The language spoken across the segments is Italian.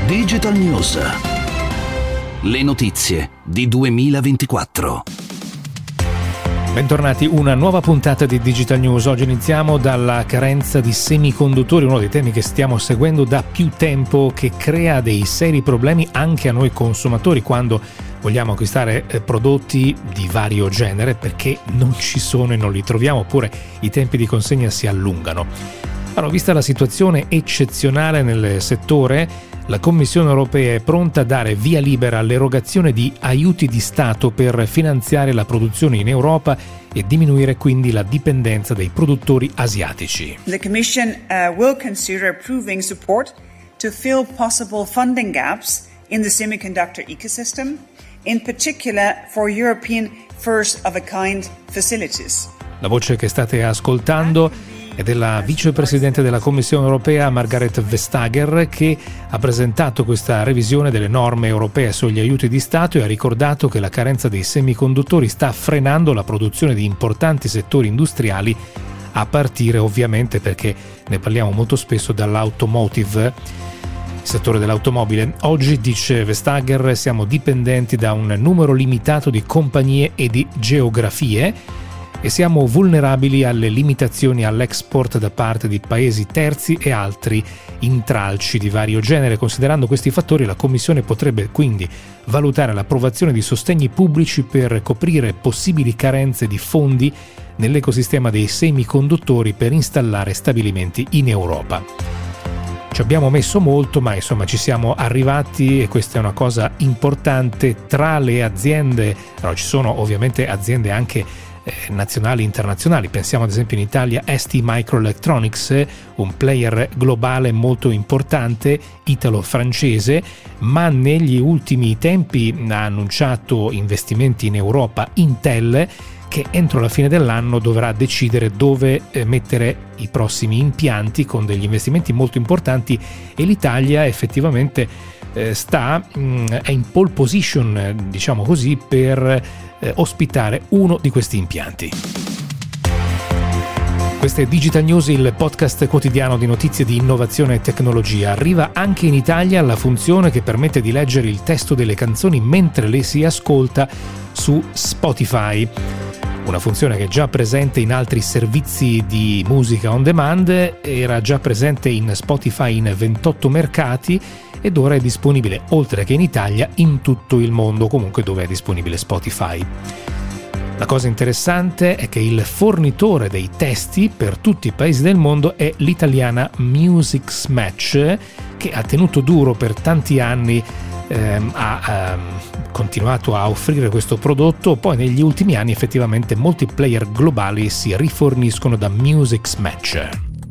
Digital News. Le notizie di 2024. Bentornati, una nuova puntata di Digital News. Oggi iniziamo dalla carenza di semiconduttori, uno dei temi che stiamo seguendo da più tempo, che crea dei seri problemi anche a noi consumatori quando vogliamo acquistare prodotti di vario genere, perché non ci sono e non li troviamo, oppure i tempi di consegna si allungano. Allora, vista la situazione eccezionale nel settore, la Commissione europea è pronta a dare via libera all'erogazione di aiuti di Stato per finanziare la produzione in Europa e diminuire quindi la dipendenza dai produttori asiatici. The Commission will consider approving support to fill possible funding gaps in the semiconductor ecosystem, in particular for European first-of-a-kind facilities. La voce che state ascoltando è della vicepresidente della Commissione europea Margrethe Vestager, che ha presentato questa revisione delle norme europee sugli aiuti di Stato e ha ricordato che la carenza dei semiconduttori sta frenando la produzione di importanti settori industriali, a partire ovviamente, perché ne parliamo molto spesso, dall'automotive, il settore dell'automobile. Oggi, dice Vestager, siamo dipendenti da un numero limitato di compagnie e di geografie e siamo vulnerabili alle limitazioni all'export da parte di paesi terzi e altri intralci di vario genere. Considerando questi fattori, la Commissione potrebbe quindi valutare l'approvazione di sostegni pubblici per coprire possibili carenze di fondi nell'ecosistema dei semiconduttori per installare stabilimenti in Europa. Ci abbiamo messo molto, ma insomma ci siamo arrivati, e questa è una cosa importante. Tra le aziende, allora, ci sono ovviamente aziende anche nazionali e internazionali. Pensiamo ad esempio in Italia STMicroelectronics, un player globale molto importante, italo-francese, ma negli ultimi tempi ha annunciato investimenti in Europa. Intel, che entro la fine dell'anno dovrà decidere dove mettere i prossimi impianti con degli investimenti molto importanti, e l'Italia effettivamente è in pole position, diciamo così, per ospitare uno di questi impianti. Questa è Digital News, il podcast quotidiano di notizie di innovazione e tecnologia. Arriva anche in Italia la funzione che permette di leggere il testo delle canzoni mentre le si ascolta su Spotify. Una funzione che è già presente in altri servizi di musica on demand, era già presente in Spotify in 28 mercati ed ora è disponibile, oltre che in Italia, in tutto il mondo, comunque dove è disponibile Spotify. La cosa interessante è che il fornitore dei testi per tutti i paesi del mondo è l'italiana Musix Match, che ha tenuto duro per tanti anni, ha continuato a offrire questo prodotto. Poi negli ultimi anni effettivamente molti player globali si riforniscono da Musix Match.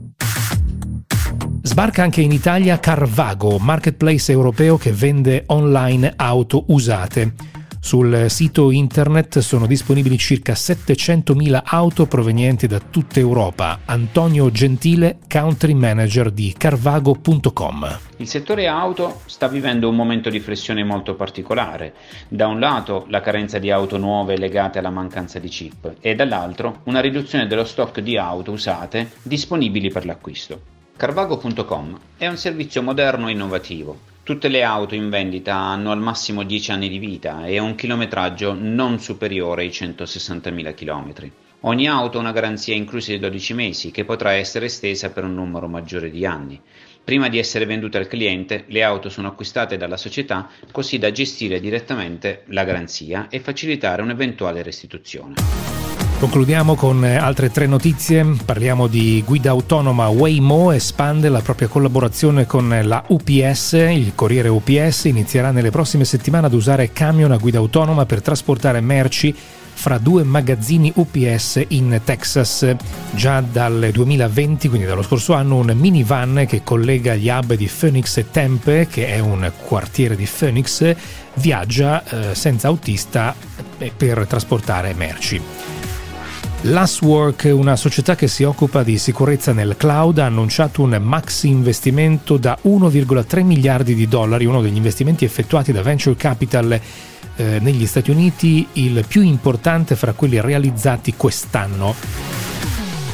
Sbarca anche in Italia Carvago, marketplace europeo che vende online auto usate. Sul sito internet sono disponibili circa 700.000 auto provenienti da tutta Europa. Antonio Gentile, country manager di Carvago.com. Il settore auto sta vivendo un momento di flessione molto particolare. Da un lato la carenza di auto nuove legate alla mancanza di chip e dall'altro una riduzione dello stock di auto usate disponibili per l'acquisto. Carvago.com è un servizio moderno e innovativo. Tutte le auto in vendita hanno al massimo 10 anni di vita e un chilometraggio non superiore ai 160.000 km. Ogni auto ha una garanzia inclusa di 12 mesi che potrà essere estesa per un numero maggiore di anni. Prima di essere vendute al cliente, le auto sono acquistate dalla società così da gestire direttamente la garanzia e facilitare un'eventuale restituzione. Concludiamo con altre 3 notizie. Parliamo di guida autonoma. Waymo espande la propria collaborazione con la UPS. Il corriere UPS inizierà nelle prossime settimane ad usare camion a guida autonoma per trasportare merci fra 2 magazzini UPS in Texas. Già dal 2020, quindi dallo scorso anno, un minivan che collega gli hub di Phoenix e Tempe, che è un quartiere di Phoenix, viaggia senza autista per trasportare merci. Lastwork, una società che si occupa di sicurezza nel cloud, ha annunciato un maxi investimento da 1,3 miliardi di dollari, uno degli investimenti effettuati da Venture Capital negli Stati Uniti, il più importante fra quelli realizzati quest'anno.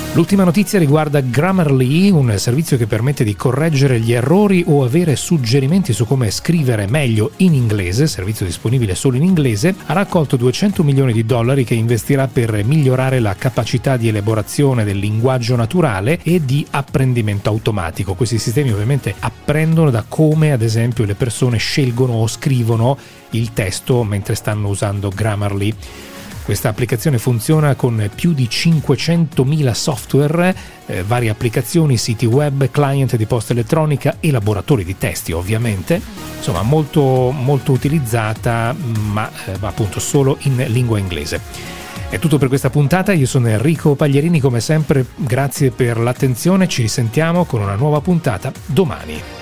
L'ultima notizia riguarda Grammarly, un servizio che permette di correggere gli errori o avere suggerimenti su come scrivere meglio in inglese, servizio disponibile solo in inglese. Ha raccolto $200 milioni che investirà per migliorare la capacità di elaborazione del linguaggio naturale e di apprendimento automatico. Questi sistemi ovviamente apprendono da come, ad esempio, le persone scelgono o scrivono il testo mentre stanno usando Grammarly. Questa applicazione funziona con più di 500.000 software, varie applicazioni, siti web, client di posta elettronica, elaboratori di testi ovviamente. Insomma, molto utilizzata, ma appunto solo in lingua inglese. È tutto per questa puntata, io sono Enrico Paglierini, come sempre grazie per l'attenzione, ci risentiamo con una nuova puntata domani.